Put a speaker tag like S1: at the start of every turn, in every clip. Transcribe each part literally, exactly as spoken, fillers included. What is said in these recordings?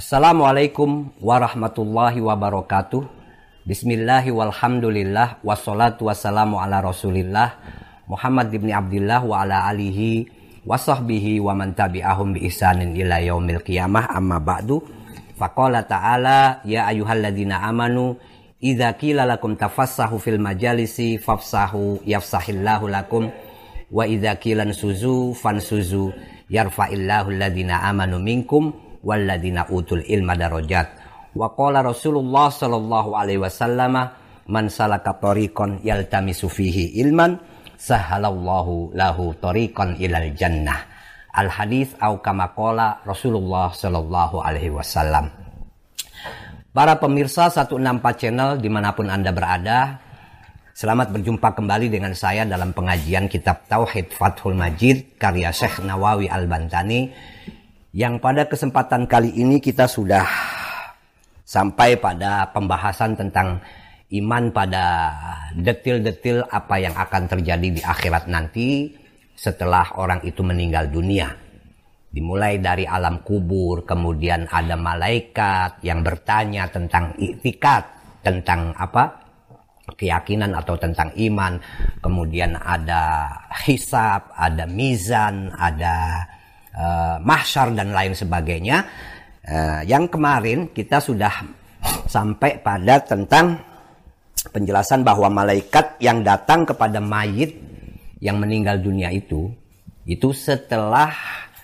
S1: Assalamualaikum warahmatullahi wabarakatuh. Bismillahi walhamdulillah. Wassalatu wassalamu ala rasulillah Muhammad ibn Abdillah wa ala alihi wa sahbihi wa man tabi'ahum bi ihsanin ila yaumil qiyamah. Amma ba'du. Faqala ta'ala ya ayyuhalladzina amanu idza qila lakum tafassahu fil majalisi fafsahu yafsahillahu lakum wa idza qila nsuzu fansuzu yarfa'illahu alladzina amanu minkum walladzina utul ilma darajat. Wa qala Rasulullah sallallahu alaihi wasallam man salaka tariqan yaltamisu fihi ilman sahalallahu lahu tariqan ilal jannah. Al hadits au kama qala Rasulullah sallallahu alaihi wasallam. Para pemirsa seratus enam puluh empat channel dimanapun Anda berada, selamat berjumpa kembali dengan saya dalam pengajian kitab Tauhid Fathul Majid karya Syekh Nawawi Al-Bantani, yang pada kesempatan kali ini kita sudah sampai pada pembahasan tentang iman pada detil-detil apa yang akan terjadi di akhirat nanti setelah orang itu meninggal dunia. Dimulai dari alam kubur, kemudian ada malaikat yang bertanya tentang i'tikad, tentang apa? Keyakinan atau tentang iman. Kemudian ada hisab, ada mizan, ada uh, mahsyar dan lain sebagainya. Uh, yang kemarin kita sudah sampai pada tentang penjelasan bahwa malaikat yang datang kepada mayit yang meninggal dunia itu, itu setelah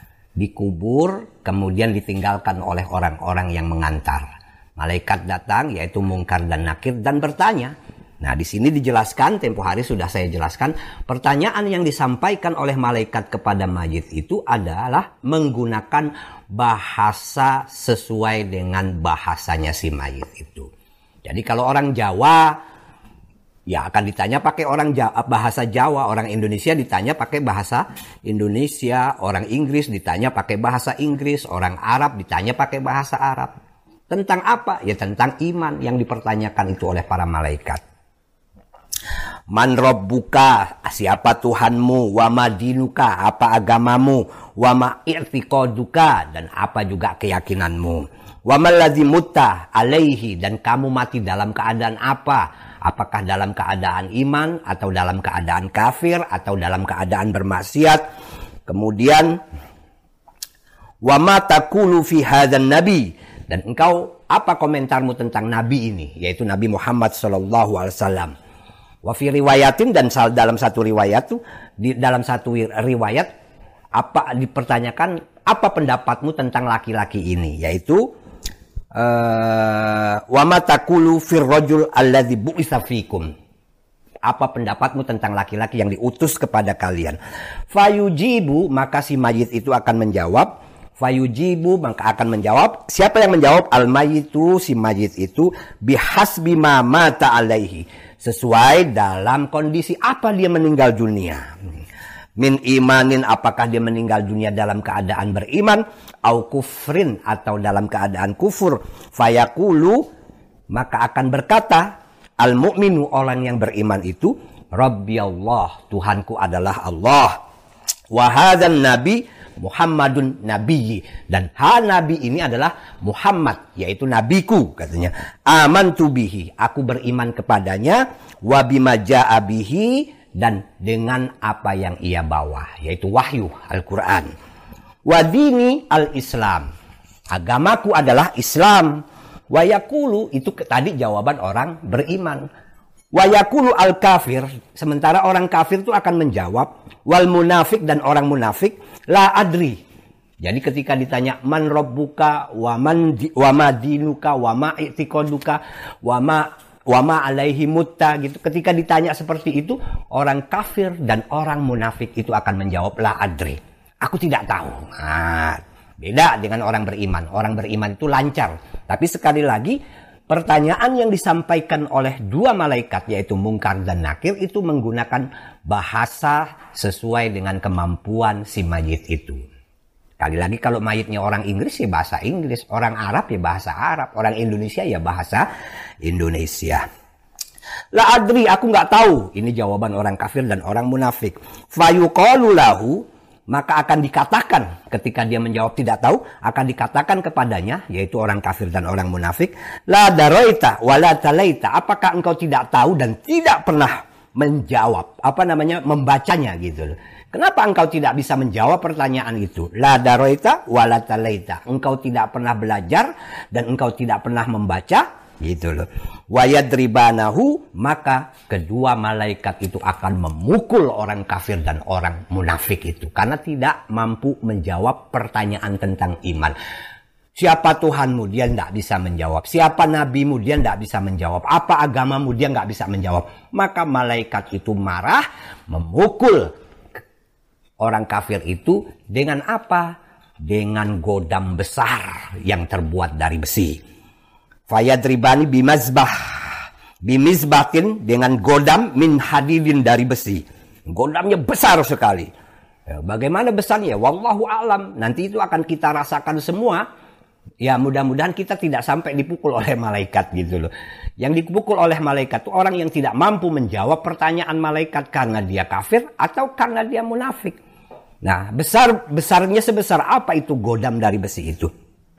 S1: dikubur kemudian ditinggalkan oleh orang-orang yang mengantar. Malaikat datang yaitu Mungkar dan Nakir dan bertanya. Nah, di sini dijelaskan, tempo hari sudah saya jelaskan, pertanyaan yang disampaikan oleh malaikat kepada mayit itu adalah menggunakan bahasa sesuai dengan bahasanya si mayit itu. Jadi kalau orang Jawa ya akan ditanya pakai orang Jawa, bahasa Jawa, orang Indonesia ditanya pakai bahasa Indonesia, orang Inggris ditanya pakai bahasa Inggris, orang Arab ditanya pakai bahasa Arab. Tentang apa? Ya tentang iman yang dipertanyakan itu oleh para malaikat. Man rabbuka, siapa Tuhanmu, wa madinuka, apa agamamu, wa ma i'tiqaduka, dan apa juga keyakinanmu, wa mallazi mutta alaihi, dan kamu mati dalam keadaan apa? Apakah dalam keadaan iman atau dalam keadaan kafir atau dalam keadaan bermaksiat? Kemudian wa ma taqulu fi hadzal nabi, dan engkau apa komentarmu tentang nabi ini, yaitu Nabi Muhammad sallallahu alaihi wasallam. Wa fi riwayatin, dan dalam satu riwayat tuh di dalam satu riwayat apa dipertanyakan apa pendapatmu tentang laki-laki ini, yaitu Uh, wa ma taqulu fir rajul alladzi bu'itsa fikum, apa pendapatmu tentang laki-laki yang diutus kepada kalian. Fayujibu, maka si mayit itu akan menjawab. Fayujibu, maka akan menjawab. Siapa yang menjawab? Al mayitu, si mayit itu, bihasbi ma mata alaihi, sesuai dalam kondisi apa dia meninggal dunia. Min imanin, apakah dia meninggal dunia dalam keadaan beriman, au kufrin, atau dalam keadaan kufur. Fayaqulu, maka akan berkata al mu'minu, orang yang beriman itu, Rabbi Allah, Tuhanku adalah Allah, wa hadzal nabi Muhammadun nabiyyi, dan ha nabi ini adalah Muhammad, yaitu nabiku, katanya. Amantu bihi, aku beriman kepadanya, wa bima jaa bihi, dan dengan apa yang ia bawa, yaitu wahyu Al-Quran. Wa dini al-Islam, agamaku adalah Islam. Wa yakulu, itu tadi jawaban orang beriman. Wa yakulu al-kafir, sementara orang kafir itu akan menjawab, wal munafik, dan orang munafik, la adri. Jadi ketika ditanya man rabbuka wa man di, wa ma dinuka wa ma i'tiqaduka wa ma wama alaihi mutta, gitu. Ketika ditanya seperti itu, orang kafir dan orang munafik itu akan menjawab la adri, aku tidak tahu. Nah, beda dengan orang beriman. Orang beriman itu lancar. Tapi sekali lagi, pertanyaan yang disampaikan oleh dua malaikat, yaitu Mungkar dan Nakir, itu menggunakan bahasa sesuai dengan kemampuan si mayit itu. Sekali lagi, kalau mayitnya orang Inggris ya bahasa Inggris, orang Arab ya bahasa Arab, orang Indonesia ya bahasa Indonesia. La adri, aku nggak tahu. Ini jawaban orang kafir dan orang munafik. Fayuqalu lahu, maka akan dikatakan ketika dia menjawab tidak tahu, akan dikatakan kepadanya, yaitu orang kafir dan orang munafik, la daroita wala talaita, apakah engkau tidak tahu dan tidak pernah menjawab, apa namanya, membacanya gitu loh. Kenapa engkau tidak bisa menjawab pertanyaan itu? La daroita wala talaita, engkau tidak pernah belajar dan engkau tidak pernah membaca gitu loh. Wayadribanahu, maka kedua malaikat itu akan memukul orang kafir dan orang munafik itu karena tidak mampu menjawab pertanyaan tentang iman. Siapa Tuhanmu? Dia tidak bisa menjawab. Siapa nabimu? Dia tidak bisa menjawab. Apa agamamu? Dia nggak bisa menjawab. Maka malaikat itu marah, memukul orang kafir itu dengan apa? Dengan godam besar yang terbuat dari besi. Fayadribani bimazbah, bimizbatin, dengan godam min hadidin, dari besi. Godamnya besar sekali. Ya, bagaimana besarnya? Wallahu a'lam. Nanti itu akan kita rasakan semua. Ya, mudah-mudahan kita tidak sampai dipukul oleh malaikat gitu loh. Yang dipukul oleh malaikat itu orang yang tidak mampu menjawab pertanyaan malaikat karena dia kafir atau karena dia munafik. Nah, besar besarnya sebesar apa itu godam dari besi itu?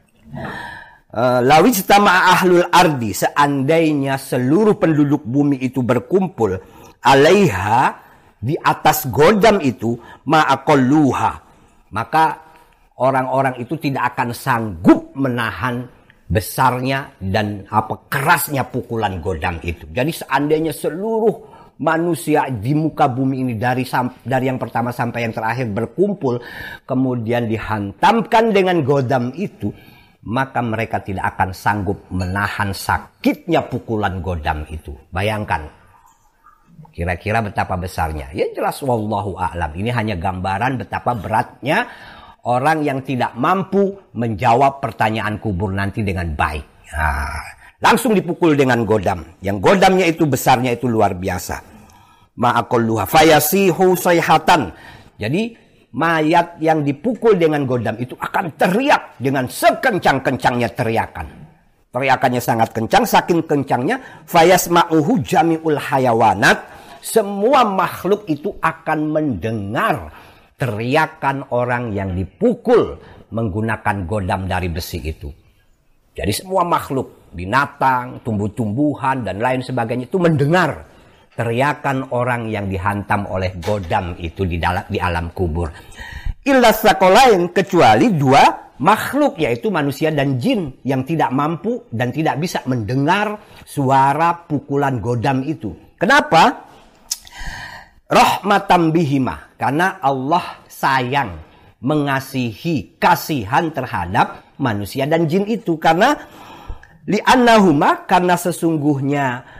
S1: Uh, Lawistama ahlul ardi, seandainya seluruh penduduk bumi itu berkumpul, alaiha, di atas godam itu, ma'aqalluha, maka orang-orang itu tidak akan sanggup menahan besarnya dan apa kerasnya pukulan godam itu. Jadi seandainya seluruh manusia di muka bumi ini dari dari yang pertama sampai yang terakhir berkumpul, kemudian dihantamkan dengan godam itu, maka mereka tidak akan sanggup menahan sakitnya pukulan godam itu. Bayangkan, kira-kira betapa besarnya. Ya jelas wallahu a'lam. Ini hanya gambaran betapa beratnya orang yang tidak mampu menjawab pertanyaan kubur nanti dengan baik. Nah, langsung dipukul dengan godam. Yang godamnya itu besarnya itu luar biasa. Ma'aqalluha fayasihu sayhatan. Jadi mayat yang dipukul dengan godam itu akan teriak dengan sekencang-kencangnya teriakan. Teriakannya sangat kencang, saking kencangnya fayasma'uhu jami'ul hayawanat, semua makhluk itu akan mendengar teriakan orang yang dipukul menggunakan godam dari besi itu. Jadi semua makhluk, binatang, tumbuh-tumbuhan dan lain sebagainya itu mendengar teriakan orang yang dihantam oleh godam itu di dalam di alam kubur. Illa sakolain, kecuali dua makhluk, yaitu manusia dan jin yang tidak mampu dan tidak bisa mendengar suara pukulan godam itu. Kenapa? Rahmatan bihima, karena Allah sayang, mengasihi, kasihan terhadap manusia dan jin itu. Karena li'annahuma, karena sesungguhnya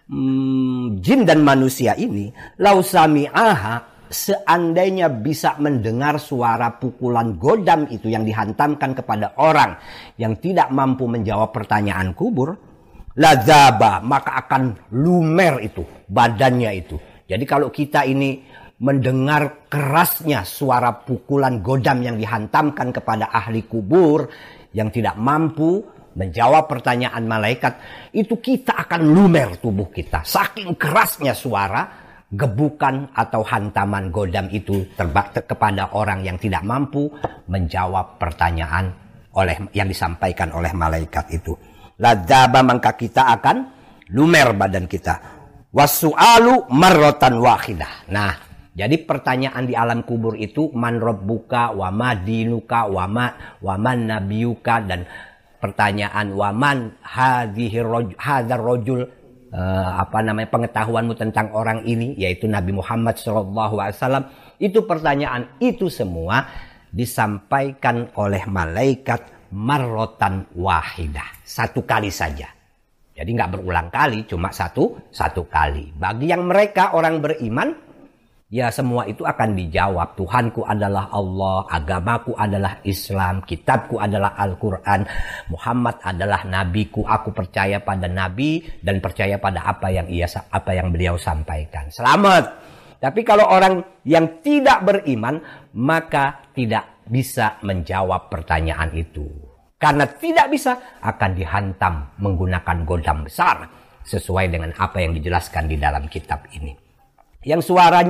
S1: Hmm, jin dan manusia ini lausami'aha, seandainya bisa mendengar suara pukulan godam itu yang dihantamkan kepada orang yang tidak mampu menjawab pertanyaan kubur, lazaba, maka akan lumer itu badannya itu. Jadi kalau kita ini mendengar kerasnya suara pukulan godam yang dihantamkan kepada ahli kubur yang tidak mampu menjawab pertanyaan malaikat, itu kita akan lumer tubuh kita. Saking kerasnya suara gebukan atau hantaman godam itu terbak kepada orang yang tidak mampu menjawab pertanyaan oleh yang disampaikan oleh malaikat itu. Ladzaba, maka kita akan lumer badan kita. Wasu'alu marrotan wahidah. Nah, jadi pertanyaan di alam kubur itu man rabbuka wa ma dinuka wa ma wa man nabiyuka, dan pertanyaan waman hadhir hadzal rajul, uh, apa namanya pengetahuanmu tentang orang ini, yaitu Nabi Muhammad shallallahu alaihi wasallam. Itu pertanyaan itu semua disampaikan oleh malaikat marrotan wahidah, satu kali saja. Jadi nggak berulang kali, cuma satu satu kali. Bagi yang mereka orang beriman, ya semua itu akan dijawab. Tuhanku adalah Allah, agamaku adalah Islam, kitabku adalah Al-Quran, Muhammad adalah nabiku, aku percaya pada nabi dan percaya pada apa yang ia apa yang beliau sampaikan. Selamat. Tapi kalau orang yang tidak beriman, maka tidak bisa menjawab pertanyaan itu. Karena tidak bisa, akan dihantam menggunakan godam besar sesuai dengan apa yang dijelaskan di dalam kitab ini. Yang suaranya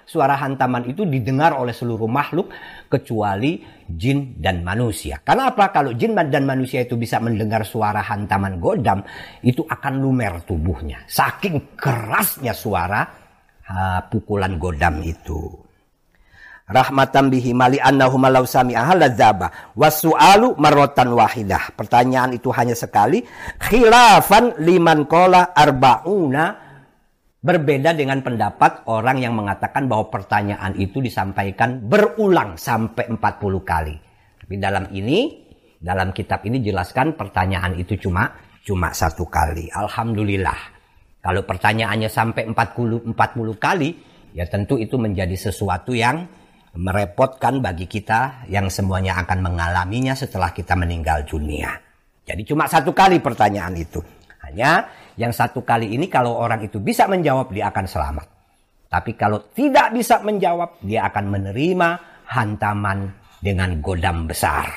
S1: suara hantaman itu didengar oleh seluruh makhluk kecuali jin dan manusia. Karena apa? Kalau jin dan manusia itu bisa mendengar suara hantaman godam, itu akan lumer tubuhnya. Saking kerasnya suara uh, pukulan godam itu. Rahmatan bihi mali annahu malau sami'aha ladzaba wasu'alu marratan wahidah. Pertanyaan itu hanya sekali, khilafan liman qala arba'una, berbeda dengan pendapat orang yang mengatakan bahwa pertanyaan itu disampaikan berulang sampai empat puluh kali. Tapi dalam ini, dalam kitab ini jelaskan pertanyaan itu cuma cuma satu kali. Alhamdulillah. Kalau pertanyaannya sampai empat puluh kali, ya tentu itu menjadi sesuatu yang merepotkan bagi kita yang semuanya akan mengalaminya setelah kita meninggal dunia. Jadi cuma satu kali pertanyaan itu. Hanya yang satu kali ini kalau orang itu bisa menjawab, dia akan selamat. Tapi kalau tidak bisa menjawab, dia akan menerima hantaman dengan godam besar.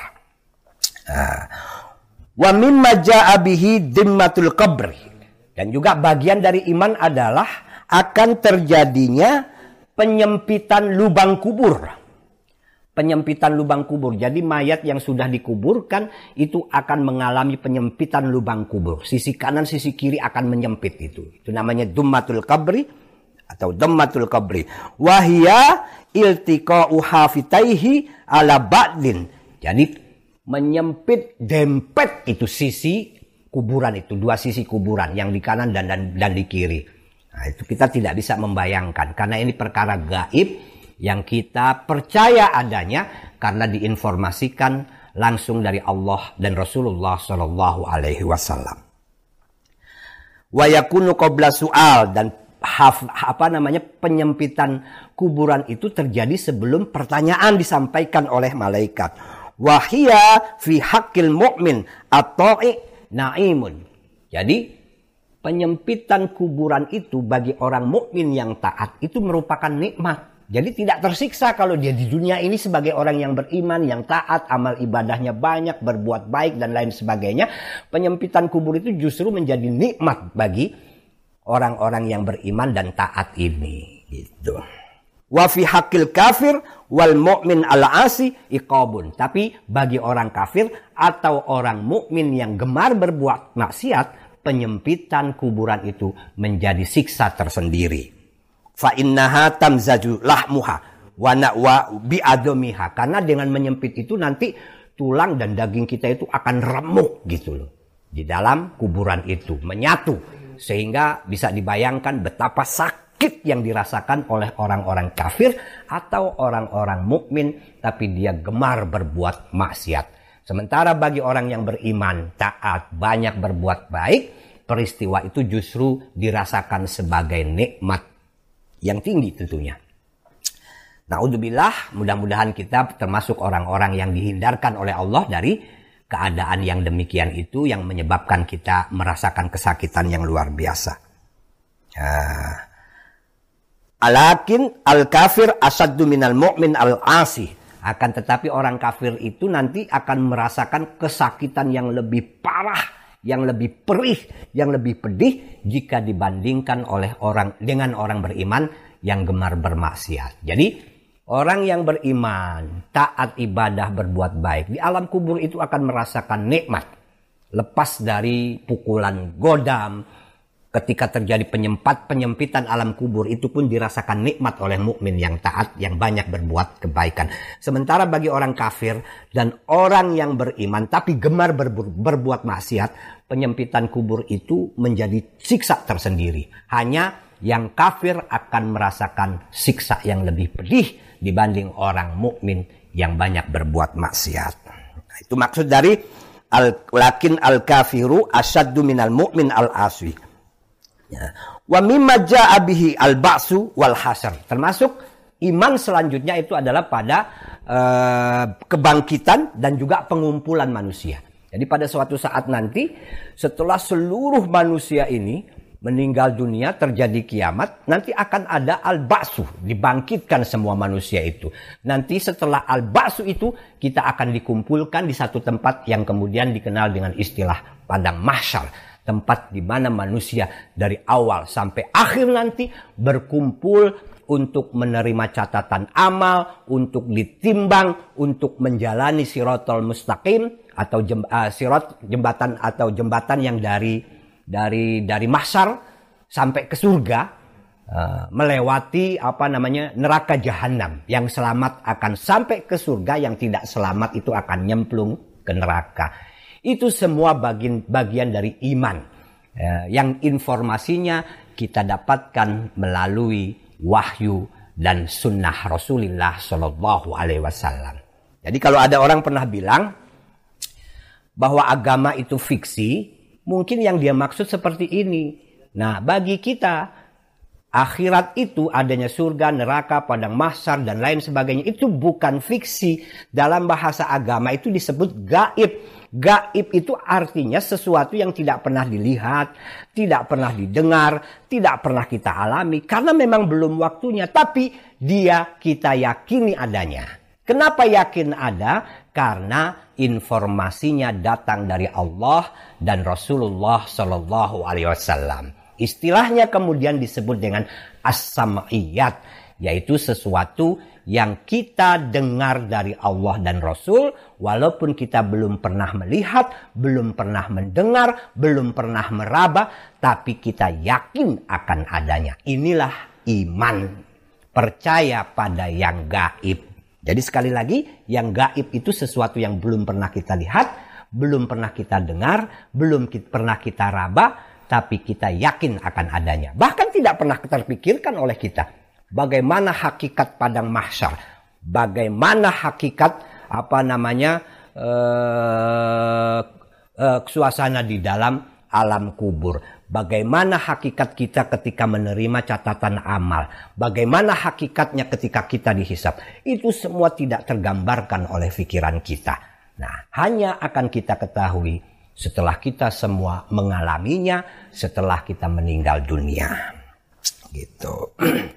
S1: Wa mimma ja'a bihi dimmatul qabri. Dan juga bagian dari iman adalah akan terjadinya penyempitan lubang kubur. Penyempitan lubang kubur. Jadi mayat yang sudah dikuburkan itu akan mengalami penyempitan lubang kubur. Sisi kanan, sisi kiri akan menyempit itu. Itu namanya dummatul qabri atau dammatul qabri. Wahia iltiqa'u hafitaihi ala ba'din. Jadi menyempit, dempet itu sisi kuburan itu. Dua sisi kuburan, yang di kanan dan, dan, dan di kiri. Nah, itu kita tidak bisa membayangkan karena ini perkara gaib yang kita percaya adanya karena diinformasikan langsung dari Allah dan Rasulullah Shallallahu Alaihi Wasallam. Wa yakunu qabla su'al, dan haf, apa namanya penyempitan kuburan itu terjadi sebelum pertanyaan disampaikan oleh malaikat. Wahia fi haqqil mu'min at-ta'i na'imun. Jadi penyempitan kuburan itu bagi orang mukmin yang taat itu merupakan nikmat. Jadi tidak tersiksa kalau dia di dunia ini sebagai orang yang beriman, yang taat, amal ibadahnya banyak, berbuat baik dan lain sebagainya. Penyempitan kubur itu justru menjadi nikmat bagi orang-orang yang beriman dan taat ini. Gitu. Wa fi haqqil kafir wal mu'min al-asi iqabun. Tapi bagi orang kafir atau orang mukmin yang gemar berbuat maksiat, penyempitan kuburan itu menjadi siksa tersendiri. Fa innaha tamzaju lahmuha wa na'wa bi'adamiha. Karena dengan menyempit itu nanti tulang dan daging kita itu akan remuk gitu loh. Di dalam kuburan itu menyatu. Sehingga bisa dibayangkan betapa sakit yang dirasakan oleh orang-orang kafir atau orang-orang mukmin tapi dia gemar berbuat maksiat. Sementara bagi orang yang beriman, taat, banyak berbuat baik, peristiwa itu justru dirasakan sebagai nikmat yang tinggi tentunya. Na'udzubillah, mudah-mudahan kita termasuk orang-orang yang dihindarkan oleh Allah dari keadaan yang demikian itu yang menyebabkan kita merasakan kesakitan yang luar biasa. Nah, alakin al-kafir asaddu minal mu'min al-asi. Akan tetapi orang kafir itu nanti akan merasakan kesakitan yang lebih parah, yang lebih perih, yang lebih pedih jika dibandingkan oleh orang dengan orang beriman yang gemar bermaksiat. Jadi orang yang beriman, taat ibadah, berbuat baik, di alam kubur itu akan merasakan nikmat. Lepas dari pukulan godam, ketika terjadi penyempat penyempitan alam kubur itu pun dirasakan nikmat oleh mukmin yang taat, yang banyak berbuat kebaikan. Sementara bagi orang kafir dan orang yang beriman tapi gemar ber, berbuat maksiat, penyempitan kubur itu menjadi siksa tersendiri. Hanya yang kafir akan merasakan siksa yang lebih pedih dibanding orang mukmin yang banyak berbuat maksiat. Nah, itu maksud dari al lakin al kafiru asyaddu minal mu'min al aswi. Ya. Wa mimma ja'a bihi al-ba'su wal hasr. Termasuk iman selanjutnya itu adalah pada uh, kebangkitan dan juga pengumpulan manusia. Jadi pada suatu saat nanti setelah seluruh manusia ini meninggal dunia, terjadi kiamat, nanti akan ada al-ba'su, dibangkitkan semua manusia itu. Nanti setelah al-ba'su itu kita akan dikumpulkan di satu tempat yang kemudian dikenal dengan istilah padang mahsyar. Tempat di mana manusia dari awal sampai akhir nanti berkumpul untuk menerima catatan amal, untuk ditimbang, untuk menjalani siratal mustaqim atau jem, uh, sirat jembatan atau jembatan yang dari dari dari mahsyar sampai ke surga, uh, melewati apa namanya neraka jahanam. Yang selamat akan sampai ke surga, yang tidak selamat itu akan nyemplung ke neraka. Itu semua bagian bagian dari iman, uh, yang informasinya kita dapatkan melalui wahyu dan sunnah Rasulullah Shallallahu Alaihi Wasallam. Jadi kalau ada orang pernah bilang bahwa agama itu fiksi, mungkin yang dia maksud seperti ini. Nah, bagi kita akhirat itu adanya surga, neraka, padang mahsyar dan lain sebagainya itu bukan fiksi. Dalam bahasa agama itu disebut gaib. Gaib itu artinya sesuatu yang tidak pernah dilihat, tidak pernah didengar, tidak pernah kita alami karena memang belum waktunya, tapi dia kita yakini adanya. Kenapa yakin ada? Karena informasinya datang dari Allah dan Rasulullah Shallallahu Alaihi Wasallam. Istilahnya kemudian disebut dengan as-sam'iyat, yaitu sesuatu yang kita dengar dari Allah dan Rasul, walaupun kita belum pernah melihat, belum pernah mendengar, belum pernah meraba, tapi kita yakin akan adanya. Inilah iman, percaya pada yang gaib. Jadi sekali lagi, yang gaib itu sesuatu yang belum pernah kita lihat, belum pernah kita dengar, belum pernah kita raba, tapi kita yakin akan adanya. Bahkan tidak pernah terpikirkan oleh kita. Bagaimana hakikat padang mahsyar? Bagaimana hakikat apa namanya uh, uh, suasana di dalam alam kubur? Bagaimana hakikat kita ketika menerima catatan amal? Bagaimana hakikatnya ketika kita dihisab? Itu semua tidak tergambarkan oleh pikiran kita. Nah, hanya akan kita ketahui setelah kita semua mengalaminya, setelah kita meninggal dunia. Gitu.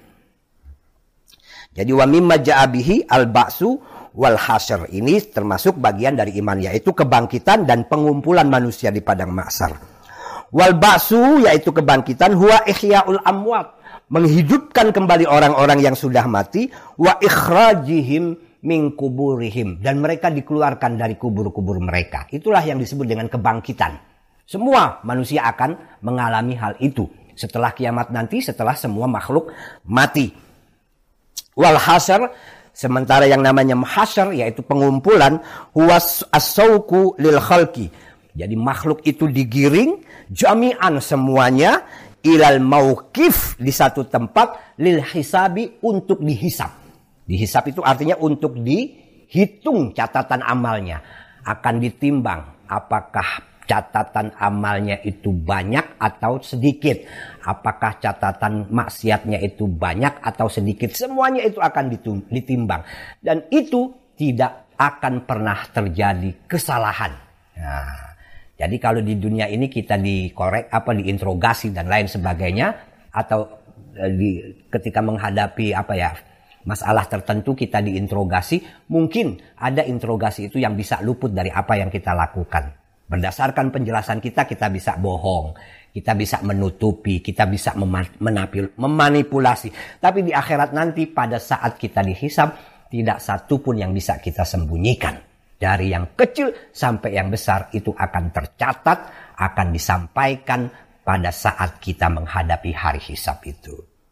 S1: Jadi wa mimma ja'a bihi al-ba'su wal hasyr, ini termasuk bagian dari iman, yaitu kebangkitan dan pengumpulan manusia di padang mahsyar. Wal ba'su, yaitu kebangkitan, huwa ihya'ul amwat, menghidupkan kembali orang-orang yang sudah mati, wa ikhrajihim min kuburihim, dan mereka dikeluarkan dari kubur-kubur mereka. Itulah yang disebut dengan kebangkitan. Semua manusia akan mengalami hal itu setelah kiamat nanti, setelah semua makhluk mati. Wal hasyr, sementara yang namanya hasyr yaitu pengumpulan, huwa as-sauqu lil khalqi. Jadi makhluk itu digiring jami'an semuanya ilal mauqif, di satu tempat, lil hisabi, untuk dihisab. Dihisab itu artinya untuk dihitung catatan amalnya, akan ditimbang apakah catatan amalnya itu banyak atau sedikit, apakah catatan maksiatnya itu banyak atau sedikit, semuanya itu akan ditimbang, dan itu tidak akan pernah terjadi kesalahan. Nah, jadi kalau di dunia ini kita dikorek, apa diinterogasi dan lain sebagainya, atau di, ketika menghadapi apa ya masalah tertentu kita diinterogasi, mungkin ada interogasi itu yang bisa luput dari apa yang kita lakukan. Berdasarkan penjelasan kita, kita bisa bohong, kita bisa menutupi, kita bisa memanipulasi. Tapi di akhirat nanti pada saat kita dihisab, tidak satu pun yang bisa kita sembunyikan. Dari yang kecil sampai yang besar itu akan tercatat, akan disampaikan pada saat kita menghadapi hari hisab itu.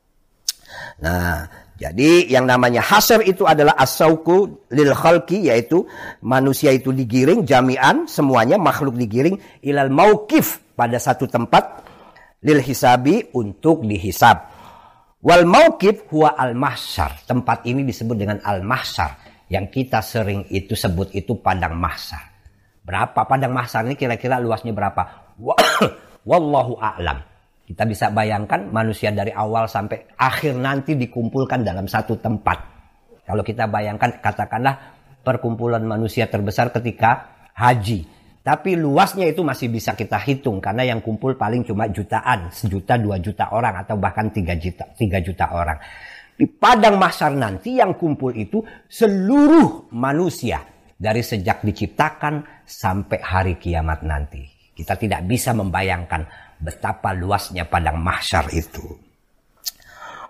S1: Nah, jadi yang namanya hasyr itu adalah as-sauqu lil khalqi, yaitu manusia itu digiring jami'an, semuanya makhluk digiring ilal mauqif, pada satu tempat, lil hisabi, untuk dihisab. Wal mauqif huwa al mahsyar. Tempat ini disebut dengan al mahsyar, yang kita sering itu sebut itu padang mahsyar. Berapa padang mahsyar ini kira-kira luasnya berapa? Wallahu a'lam. Kita bisa bayangkan manusia dari awal sampai akhir nanti dikumpulkan dalam satu tempat. Kalau kita bayangkan, katakanlah perkumpulan manusia terbesar ketika haji. Tapi luasnya itu masih bisa kita hitung, karena yang kumpul paling cuma jutaan, sejuta, dua juta orang, atau bahkan tiga juta, tiga juta orang. Di padang mahsyar nanti yang kumpul itu seluruh manusia, dari sejak diciptakan sampai hari kiamat nanti. Kita tidak bisa membayangkan betapa luasnya padang mahsyar itu.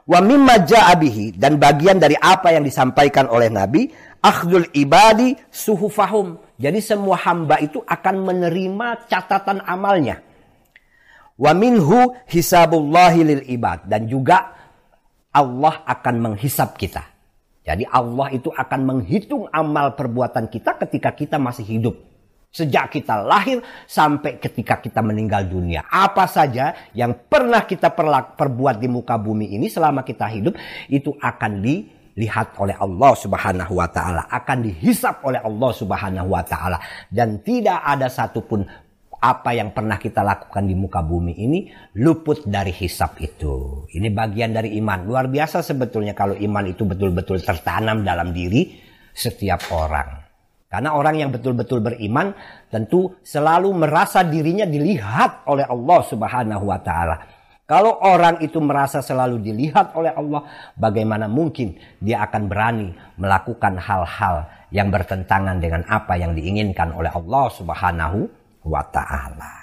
S2: Wa mimma ja'a bihi, dan bagian dari apa yang disampaikan oleh Nabi, akhdul ibadi suhufahum. Jadi semua hamba itu akan menerima catatan amalnya. Wa minhu hisabullahi lil ibad, dan juga Allah akan menghisab kita. Jadi Allah itu akan menghitung amal perbuatan kita ketika kita masih hidup. Sejak kita lahir sampai ketika kita meninggal dunia. Apa saja yang pernah kita perlak, perbuat di muka bumi ini selama kita hidup, itu akan dilihat oleh Allah subhanahu wa ta'ala. Akan dihisap oleh Allah subhanahu wa ta'ala. Dan tidak ada satupun apa yang pernah kita lakukan di muka bumi ini luput dari hisap itu. Ini bagian dari iman. Luar biasa sebetulnya kalau iman itu betul-betul tertanam dalam diri setiap orang. Karena orang yang betul-betul beriman tentu selalu merasa dirinya dilihat oleh Allah subhanahu wa ta'ala. Kalau orang itu merasa selalu dilihat oleh Allah, bagaimana mungkin dia akan berani melakukan hal-hal yang bertentangan dengan apa yang diinginkan oleh Allah subhanahu wa ta'ala.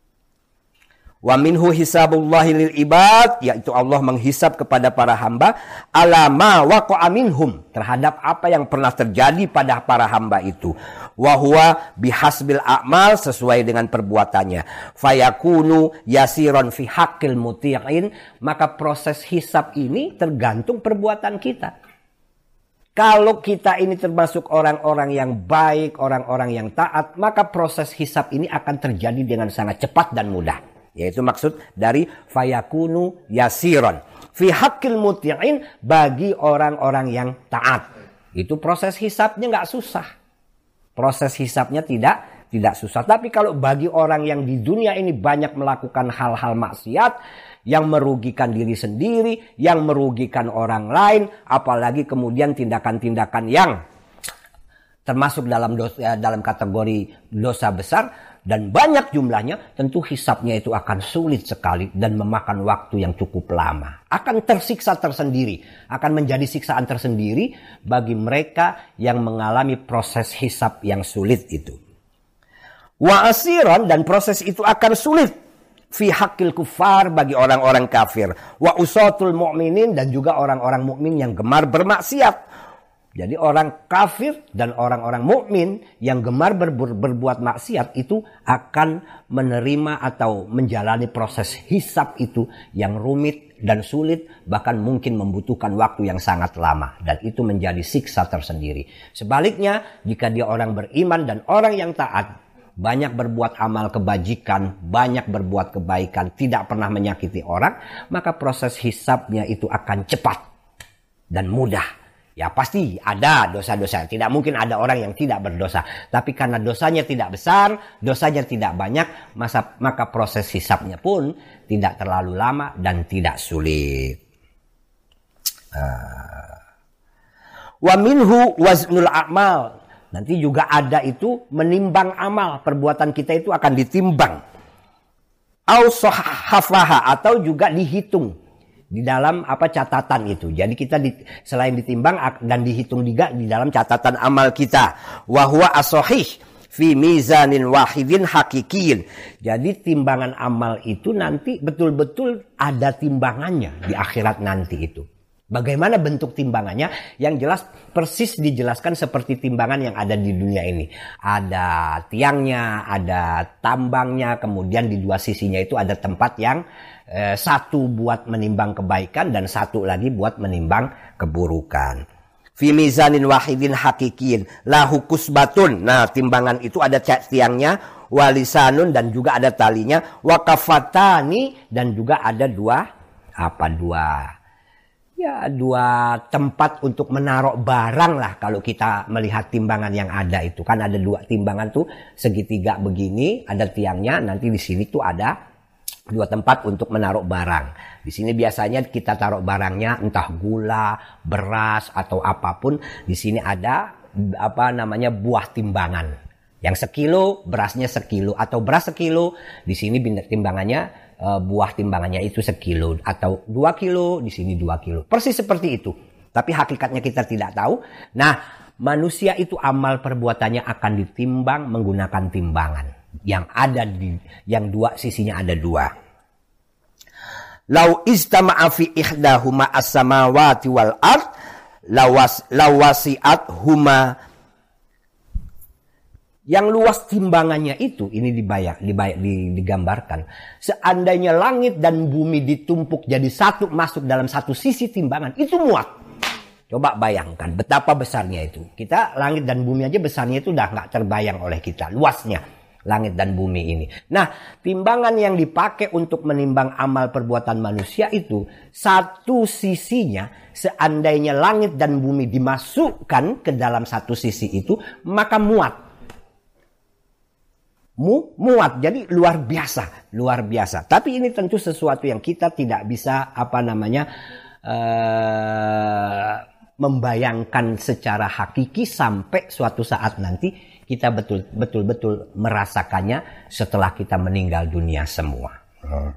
S2: Wa minhu hisabullahi lil ibad, yaitu Allah menghisab kepada para hamba alama waqa'a minhum, terhadap apa yang pernah terjadi pada para hamba itu. Wa huwa bihasbil a'mal, sesuai dengan perbuatannya. Fayakunu yasiron fi haqqil muti'in, maka proses hisab ini tergantung perbuatan kita. Kalau kita ini termasuk orang-orang yang baik, orang-orang yang taat, maka proses hisab ini akan terjadi dengan sangat cepat dan mudah. Yaitu maksud dari fayakunu yasiron fi haqqil muti'in, bagi orang-orang yang taat. Itu proses hisabnya nggak susah. Proses hisabnya tidak tidak susah. Tapi kalau bagi orang yang di dunia ini banyak melakukan hal-hal maksiat yang merugikan diri sendiri, yang merugikan orang lain, apalagi kemudian tindakan-tindakan yang termasuk dalam dosa, dalam kategori dosa besar, dan banyak jumlahnya, tentu hisabnya itu akan sulit sekali dan memakan waktu yang cukup lama. Akan tersiksa tersendiri, akan menjadi siksaan tersendiri bagi mereka yang mengalami proses hisab yang sulit itu. Wa asiran, dan proses itu akan sulit fi haqqil kufar, bagi orang-orang kafir. Wa usatul mu'minin, dan juga orang-orang mukmin yang gemar bermaksiat. Jadi orang kafir dan orang-orang mukmin yang gemar ber, ber, berbuat maksiat itu akan menerima atau menjalani proses hisab itu yang rumit dan sulit, bahkan mungkin membutuhkan waktu yang sangat lama, dan itu menjadi siksa tersendiri. Sebaliknya, jika dia orang beriman dan orang yang taat, banyak berbuat amal kebajikan, banyak berbuat kebaikan, tidak pernah menyakiti orang, maka proses hisabnya itu akan cepat dan mudah. Ya pasti ada dosa-dosa. Tidak mungkin ada orang yang tidak berdosa. Tapi karena dosanya tidak besar, dosanya tidak banyak, masa, maka proses hisabnya pun tidak terlalu lama dan tidak sulit. Uh. Wa minhu waznul a'mal. Nanti juga ada itu menimbang amal. Perbuatan kita itu akan ditimbang. Au sohafaha, atau juga dihitung di dalam apa catatan itu. Jadi kita di, selain ditimbang dan dihitung juga di dalam catatan amal kita. Wa huwa as-sahih fi mizanin wahidin hakikin. Jadi timbangan amal itu nanti betul-betul ada timbangannya di akhirat nanti itu. Bagaimana bentuk timbangannya? Yang jelas persis dijelaskan seperti timbangan yang ada di dunia ini. Ada tiangnya, ada tambangnya, kemudian di dua sisinya itu ada tempat yang eh, satu buat menimbang kebaikan dan satu lagi buat menimbang keburukan. Fi mizanin wahidin hakikin lahu kusbatun. Nah, timbangan itu ada tiangnya, walisanun, dan juga ada talinya, wakafatani, dan juga ada dua apa dua Ya dua tempat untuk menaruh barang lah kalau kita melihat timbangan yang ada itu. Kan ada dua timbangan tuh segitiga begini, ada tiangnya, nanti di sini tuh ada dua tempat untuk menaruh barang. Di sini biasanya kita taruh barangnya entah gula, beras atau apapun. Di sini ada apa namanya buah timbangan. Yang sekilo, berasnya sekilo, atau beras sekilo, di sini timbangannya Uh, buah timbangannya itu sekilo, atau dua kilo, di sini dua kilo. Persis seperti itu. Tapi hakikatnya kita tidak tahu. Nah, manusia itu amal perbuatannya akan ditimbang menggunakan timbangan yang ada di yang dua sisinya ada dua. lau istama'a fi ihdahuma as-samawati wal ard lawas lawasiat huma. Yang luas timbangannya itu, ini dibayang, dibayang, digambarkan. Seandainya langit dan bumi ditumpuk jadi satu, masuk dalam satu sisi timbangan, itu muat. Coba bayangkan betapa besarnya itu. Kita langit dan bumi aja besarnya itu udah nggak terbayang oleh kita, luasnya langit dan bumi ini. Nah, timbangan yang dipakai untuk menimbang amal perbuatan manusia itu, satu sisinya, seandainya langit dan bumi dimasukkan ke dalam satu sisi itu, maka muat. Mu, muat, jadi luar biasa, luar biasa. Tapi ini tentu sesuatu yang kita tidak bisa apa namanya uh, membayangkan secara hakiki sampai suatu saat nanti kita betul betul betul merasakannya setelah kita meninggal dunia semua. Hmm.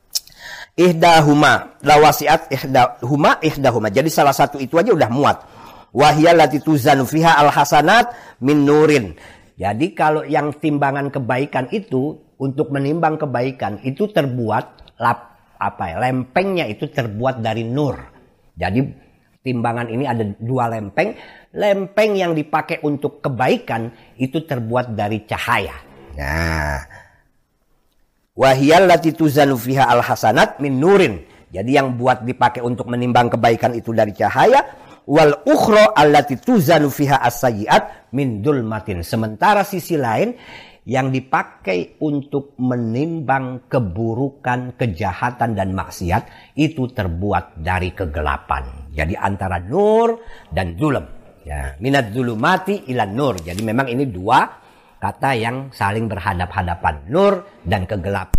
S2: Ihdahuma lawasiat ihdahuma ihdahuma. Jadi salah satu itu aja udah muat. Wahiyallati tuzanu fiha alhasanat min nurin. Jadi kalau yang timbangan kebaikan itu untuk menimbang kebaikan itu terbuat lap, apa ya, lempengnya itu terbuat dari nur. Jadi timbangan ini ada dua lempeng. Lempeng yang dipakai untuk kebaikan itu terbuat dari cahaya. Nah, wahiyallati tuzanu fiha alhasanat min nurin. Jadi yang buat dipakai untuk menimbang kebaikan itu dari cahaya. Wal ukhra allati tuzanu fiha as-sayyi'at min dulmatin. Sementara sisi lain yang dipakai untuk menimbang keburukan, kejahatan dan maksiat itu terbuat dari kegelapan. Jadi antara nur dan zulm. Ya, minadz zulumati ilan nur. Jadi memang ini dua kata yang saling berhadap-hadapan, nur dan kegelapan.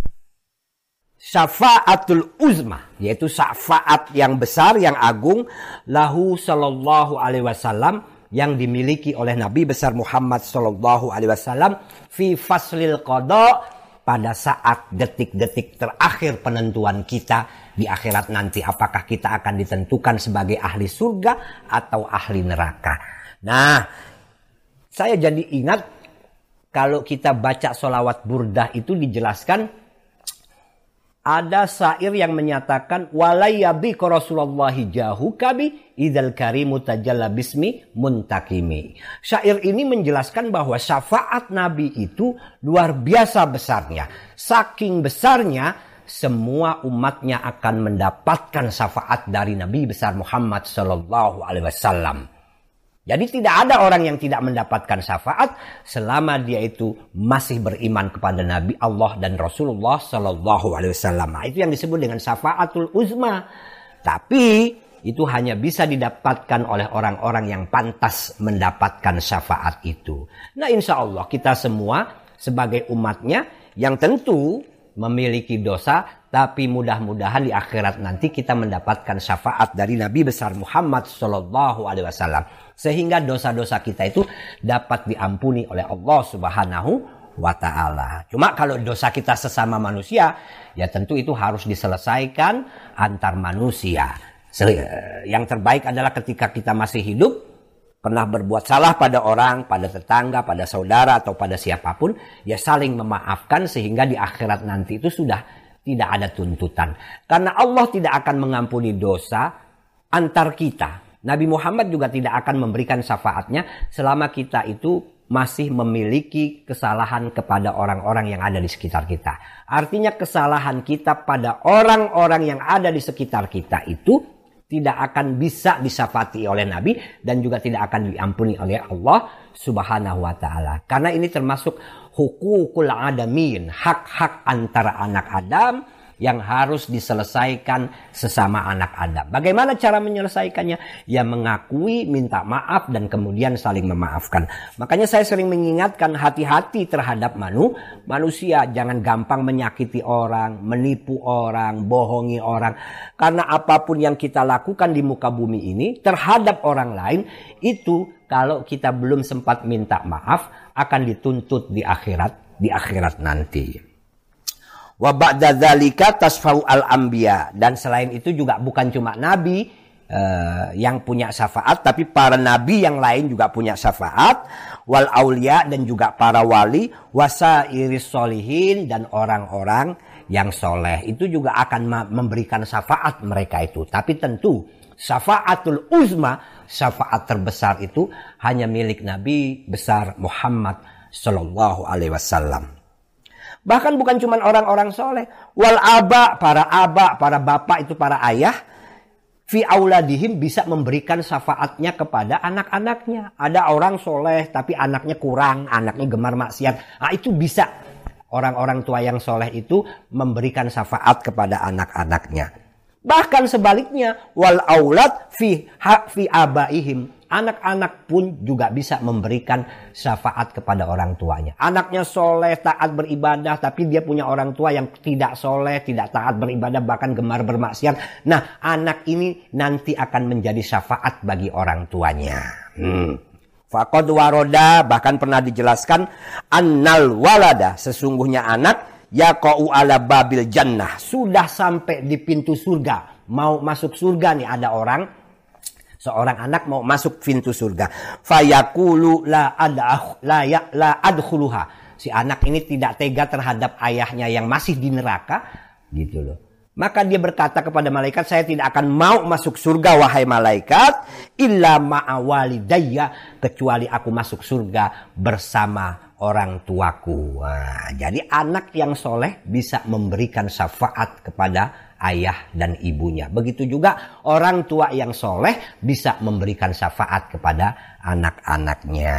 S2: Syafa'atul uzma, yaitu syafaat yang besar, yang agung, lahu sallallahu alaihi wasallam, yang dimiliki oleh Nabi besar Muhammad sallallahu alaihi wasallam fi faslil qada, pada saat detik-detik terakhir penentuan kita di akhirat nanti, apakah kita akan ditentukan sebagai ahli surga atau ahli neraka. Nah, saya jadi ingat kalau kita baca sholawat burdah itu dijelaskan ada syair yang menyatakan walayabi ka Rasulullahi jahu kabi idzal karimu tajalla bismi muntakimi. Syair ini menjelaskan bahwa syafaat Nabi itu luar biasa besarnya. Saking besarnya semua umatnya akan mendapatkan syafaat dari Nabi besar Muhammad sallallahu alaihi wasallam. Jadi tidak ada orang yang tidak mendapatkan syafaat selama dia itu masih beriman kepada Nabi Allah dan Rasulullah sallallahu alaihi wasallam. Itu yang disebut dengan syafaatul uzma. Tapi itu hanya bisa didapatkan oleh orang-orang yang pantas mendapatkan syafaat itu. Nah, insya Allah kita semua sebagai umatnya yang tentu memiliki dosa, tapi mudah-mudahan di akhirat nanti kita mendapatkan syafaat dari Nabi besar Muhammad sallallahu alaihi wasallam. Sehingga dosa-dosa kita itu dapat diampuni oleh Allah Subhanahu wa ta'ala. Cuma kalau dosa kita sesama manusia, ya tentu itu harus diselesaikan antar manusia. Yang terbaik adalah ketika kita masih hidup, pernah berbuat salah pada orang, pada tetangga, pada saudara, atau pada siapapun, ya saling memaafkan sehingga di akhirat nanti itu sudah tidak ada tuntutan. Karena Allah tidak akan mengampuni dosa antar kita. Nabi Muhammad juga tidak akan memberikan syafaatnya selama kita itu masih memiliki kesalahan kepada orang-orang yang ada di sekitar kita. Artinya kesalahan kita pada orang-orang yang ada di sekitar kita itu tidak akan bisa disyafaati oleh Nabi dan juga tidak akan diampuni oleh Allah Subhanahu wa ta'ala. Karena ini termasuk hukukul adamin, hak-hak antara anak Adam yang harus diselesaikan sesama anak Adam. Bagaimana cara menyelesaikannya? Ya mengakui, minta maaf, dan kemudian saling memaafkan. Makanya saya sering mengingatkan hati-hati terhadap manu, manusia. Jangan gampang menyakiti orang, menipu orang, bohongi orang. Karena apapun yang kita lakukan di muka bumi ini terhadap orang lain, itu kalau kita belum sempat minta maaf akan dituntut di akhirat, di akhirat nanti. Wa ba'da dzalika tasfau al-anbiya, dan selain itu juga bukan cuma nabi, uh, yang punya syafaat, tapi para nabi yang lain juga punya syafaat, wal aulia dan juga para wali, wasairis solihin dan orang-orang yang soleh itu juga akan memberikan syafaat mereka itu. Tapi tentu syafaatul uzma, syafaat terbesar itu hanya milik Nabi besar Muhammad Sallallahu Alaihi Wasallam. Bahkan bukan cuma orang-orang soleh, wal aba, para aba, para bapak itu para ayah, fi auladihim bisa memberikan syafaatnya kepada anak-anaknya. Ada orang soleh tapi anaknya kurang, anaknya gemar maksiat, nah itu bisa orang-orang tua yang soleh itu memberikan syafaat kepada anak-anaknya. Bahkan sebaliknya, wal aulad fi ha, fi abaihim, anak-anak pun juga bisa memberikan syafaat kepada orang tuanya. Anaknya soleh, taat beribadah, tapi dia punya orang tua yang tidak soleh, tidak taat beribadah, bahkan gemar bermaksiat. Nah, anak ini nanti akan menjadi syafaat bagi orang tuanya. Hmm. Faqad waroda, bahkan pernah dijelaskan, annal walada, sesungguhnya anak, yaqa'u ala babil jannah, sudah sampai di pintu surga, mau masuk surga nih, ada orang, seorang anak mau masuk pintu surga, fayaqulu la ada la ya la adkhuluha, si anak ini tidak tega terhadap ayahnya yang masih di neraka, gitu loh. Maka dia berkata kepada malaikat, saya tidak akan mau masuk surga wahai malaikat, illa ma'awalidayya, kecuali aku masuk surga bersama orang tuaku. Nah, jadi anak yang soleh bisa memberikan syafaat kepada ayah dan ibunya. Begitu juga orang tua yang soleh bisa memberikan syafaat kepada anak-anaknya.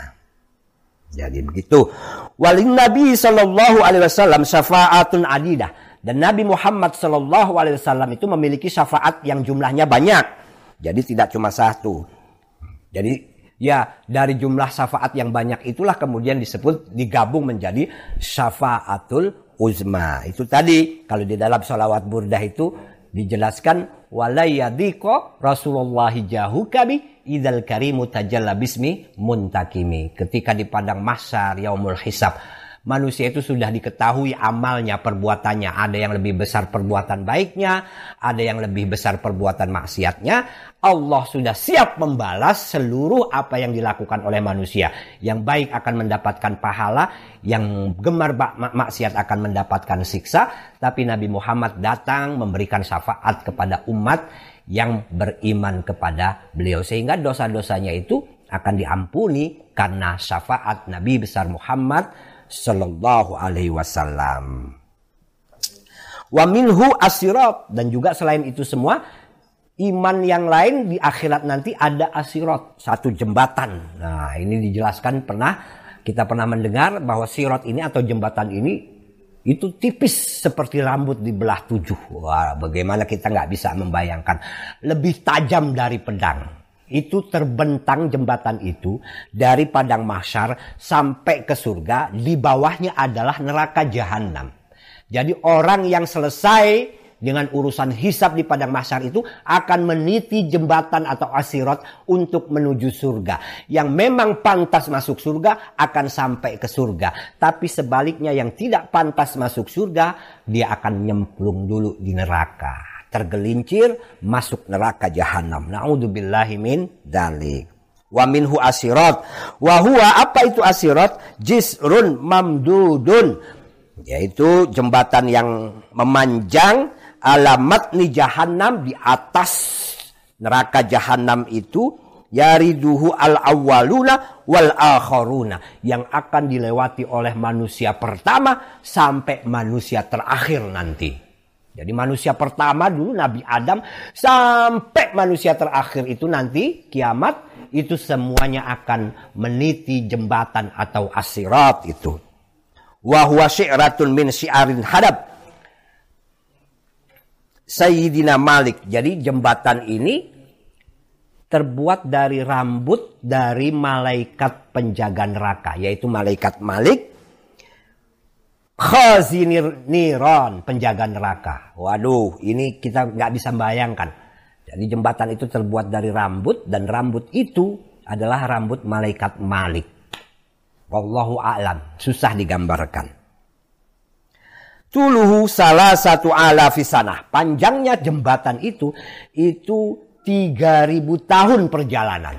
S2: Jadi begitu. Walin Nabi Sallallahu Alaihi Wasallam syafaatun adidah. Dan Nabi Muhammad Sallallahu Alaihi Wasallam itu memiliki syafaat yang jumlahnya banyak. Jadi tidak cuma satu. Jadi ya dari jumlah syafaat yang banyak itulah kemudian disebut, digabung menjadi syafaatul uzma. Itu tadi kalau di dalam sholawat burdah itu dijelaskan, walayadiko Rasulullahi jahukabi idal karimu tajalla bismi muntakimi. Ketika di padang mahsyar yaumul hisab, manusia itu sudah diketahui amalnya, perbuatannya. Ada yang lebih besar perbuatan baiknya, ada yang lebih besar perbuatan maksiatnya. Allah sudah siap membalas seluruh apa yang dilakukan oleh manusia. Yang baik akan mendapatkan pahala, yang gemar maksiat akan mendapatkan siksa. Tapi Nabi Muhammad datang memberikan syafaat kepada umat yang beriman kepada beliau. Sehingga dosa-dosanya itu akan diampuni karena syafaat Nabi besar Muhammad Sallallahu Alaihi Wasallam. Wa minhu asirat, dan juga selain itu semua iman yang lain di akhirat nanti ada asirat, satu jembatan. Nah, ini dijelaskan, pernah kita pernah mendengar bahwa sirat ini atau jembatan ini itu tipis seperti rambut dibelah tujuh. Wah, bagaimana kita nggak bisa membayangkan, lebih tajam dari pedang. Itu terbentang jembatan itu dari padang mahsyar sampai ke surga. Di bawahnya adalah neraka jahanam. Jadi orang yang selesai dengan urusan hisab di padang mahsyar itu akan meniti jembatan atau asirat untuk menuju surga. Yang memang pantas masuk surga akan sampai ke surga. Tapi sebaliknya yang tidak pantas masuk surga, dia akan nyemplung dulu di neraka, tergelincir masuk neraka jahanam. Na'udzubillahi min dzalik. Wa minhu asirat. Wa huwa, apa itu asirat? Jisrun mamdudun, yaitu jembatan yang memanjang alamat ni jahanam, di atas neraka jahanam itu, yariduhu al-awwaluna wal akharuna, yang akan dilewati oleh manusia pertama sampai manusia terakhir nanti. Jadi manusia pertama dulu Nabi Adam sampai manusia terakhir itu nanti kiamat, itu semuanya akan meniti jembatan atau asirat itu. Wa huwa syi'ratun min syi'arin hadab Sayyidina Malik. Jadi jembatan ini terbuat dari rambut dari malaikat penjaga neraka, yaitu malaikat Malik, khazinir niron, penjaga neraka. Waduh, ini kita nggak bisa bayangkan. Jadi jembatan itu terbuat dari rambut, dan rambut itu adalah rambut malaikat Malik. Wallahu a'lam, susah digambarkan. Tuluhu salah satu ala fisanah, panjangnya jembatan itu itu tiga ribu tahun perjalanan.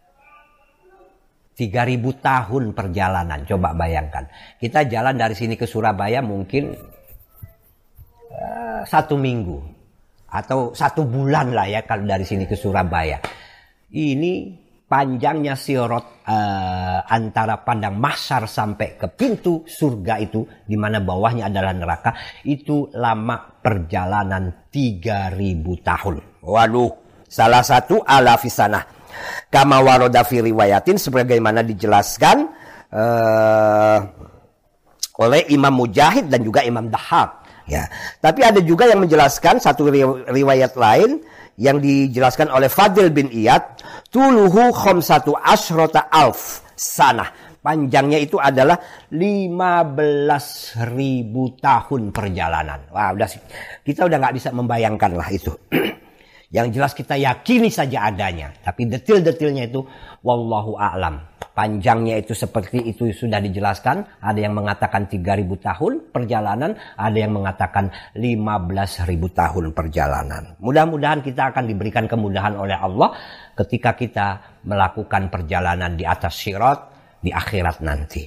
S2: tiga ribu tahun perjalanan. Coba bayangkan. Kita jalan dari sini ke Surabaya mungkin uh, satu minggu. Atau satu bulan lah ya kalau dari sini ke Surabaya. Ini panjangnya sirot uh, antara padang mahsyar sampai ke pintu surga itu. Di mana bawahnya adalah neraka. Itu lama perjalanan tiga ribu tahun. Waduh. Salah satu ala fisanah. Kama waroda fi riwayatin, sebagaimana dijelaskan uh, oleh Imam Mujahid dan juga Imam Dahhak. Ya. Tapi ada juga yang menjelaskan satu riwayat lain yang dijelaskan oleh Fadil bin Iyad, tuluhu khamsatu asyrota alf sanah. Panjangnya itu adalah lima belas ribu tahun perjalanan. Wah, udah kita udah nggak bisa membayangkan lah itu. Yang jelas kita yakini saja adanya. Tapi detil-detilnya itu wallahu a'lam. Panjangnya itu seperti itu sudah dijelaskan. Ada yang mengatakan tiga ribu tahun perjalanan. Ada yang mengatakan lima belas ribu tahun perjalanan. Mudah-mudahan kita akan diberikan kemudahan oleh Allah ketika kita melakukan perjalanan di atas sirat di akhirat nanti.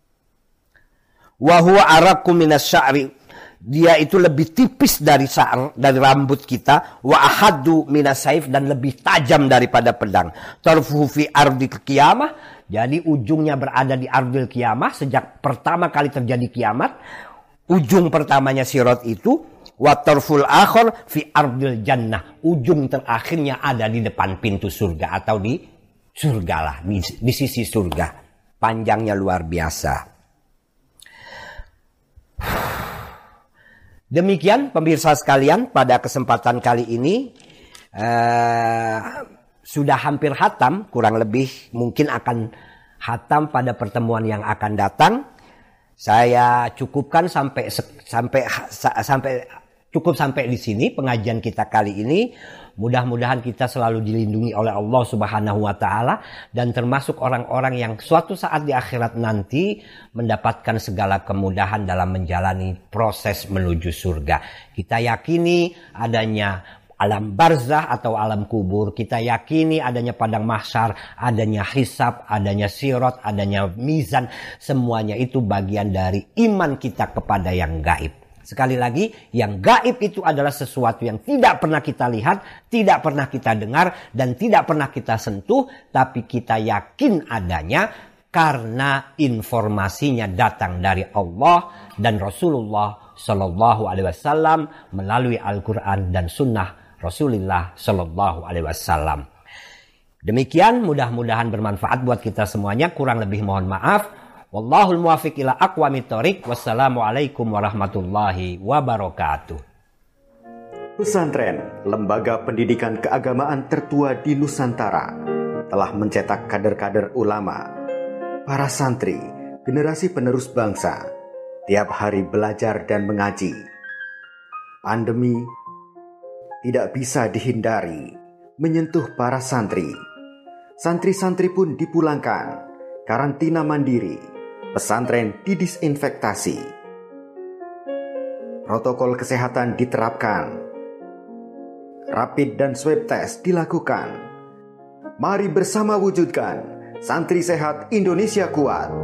S2: Wa huwa araqqu minas sya'ri. Dia itu lebih tipis dari sa'r, dari rambut kita. Wa ahaddu minas saif, dan lebih tajam daripada pedang. Tarfuhu fi ardil qiyamah. Jadi ujungnya berada di ardil qiyamah. Sejak pertama kali terjadi kiamat, ujung pertamanya sirat itu. Wa tarful akhir fi ardil jannah. Ujung terakhirnya ada di depan pintu surga, atau di surga lah, di, di sisi surga. Panjangnya luar biasa. Demikian pemirsa sekalian, pada kesempatan kali ini uh, sudah hampir hatam, kurang lebih mungkin akan hatam pada pertemuan yang akan datang. Saya cukupkan sampai sampai sampai cukup sampai di sini pengajian kita kali ini. Mudah-mudahan kita selalu dilindungi oleh Allah Subhanahu wa taala dan termasuk orang-orang yang suatu saat di akhirat nanti mendapatkan segala kemudahan dalam menjalani proses menuju surga. Kita yakini adanya alam barzah atau alam kubur. Kita yakini adanya padang mahsyar, adanya hisab, adanya sirat, adanya mizan. Semuanya itu bagian dari iman kita kepada yang gaib. Sekali lagi, yang gaib itu adalah sesuatu yang tidak pernah kita lihat, tidak pernah kita dengar, dan tidak pernah kita sentuh, tapi kita yakin adanya karena informasinya datang dari Allah dan Rasulullah Shallallahu Alaihi Wasallam melalui Al-Quran dan Sunnah Rasulullah Shallallahu Alaihi Wasallam. Demikian, mudah-mudahan bermanfaat buat kita semuanya. Kurang lebih mohon maaf. Wallahul muwaffiq ila aqwamit thoriq. Wassalamualaikum warahmatullahi wabarakatuh.
S3: Pesantren, lembaga pendidikan keagamaan tertua di Nusantara, telah mencetak kader-kader ulama, para santri, generasi penerus bangsa, tiap hari belajar dan mengaji. Pandemi tidak bisa dihindari menyentuh para santri. Santri-santri pun dipulangkan, karantina mandiri. Pesantren didisinfektasi. Protokol kesehatan diterapkan. Rapid dan swab test dilakukan. Mari bersama wujudkan Santri Sehat Indonesia Kuat.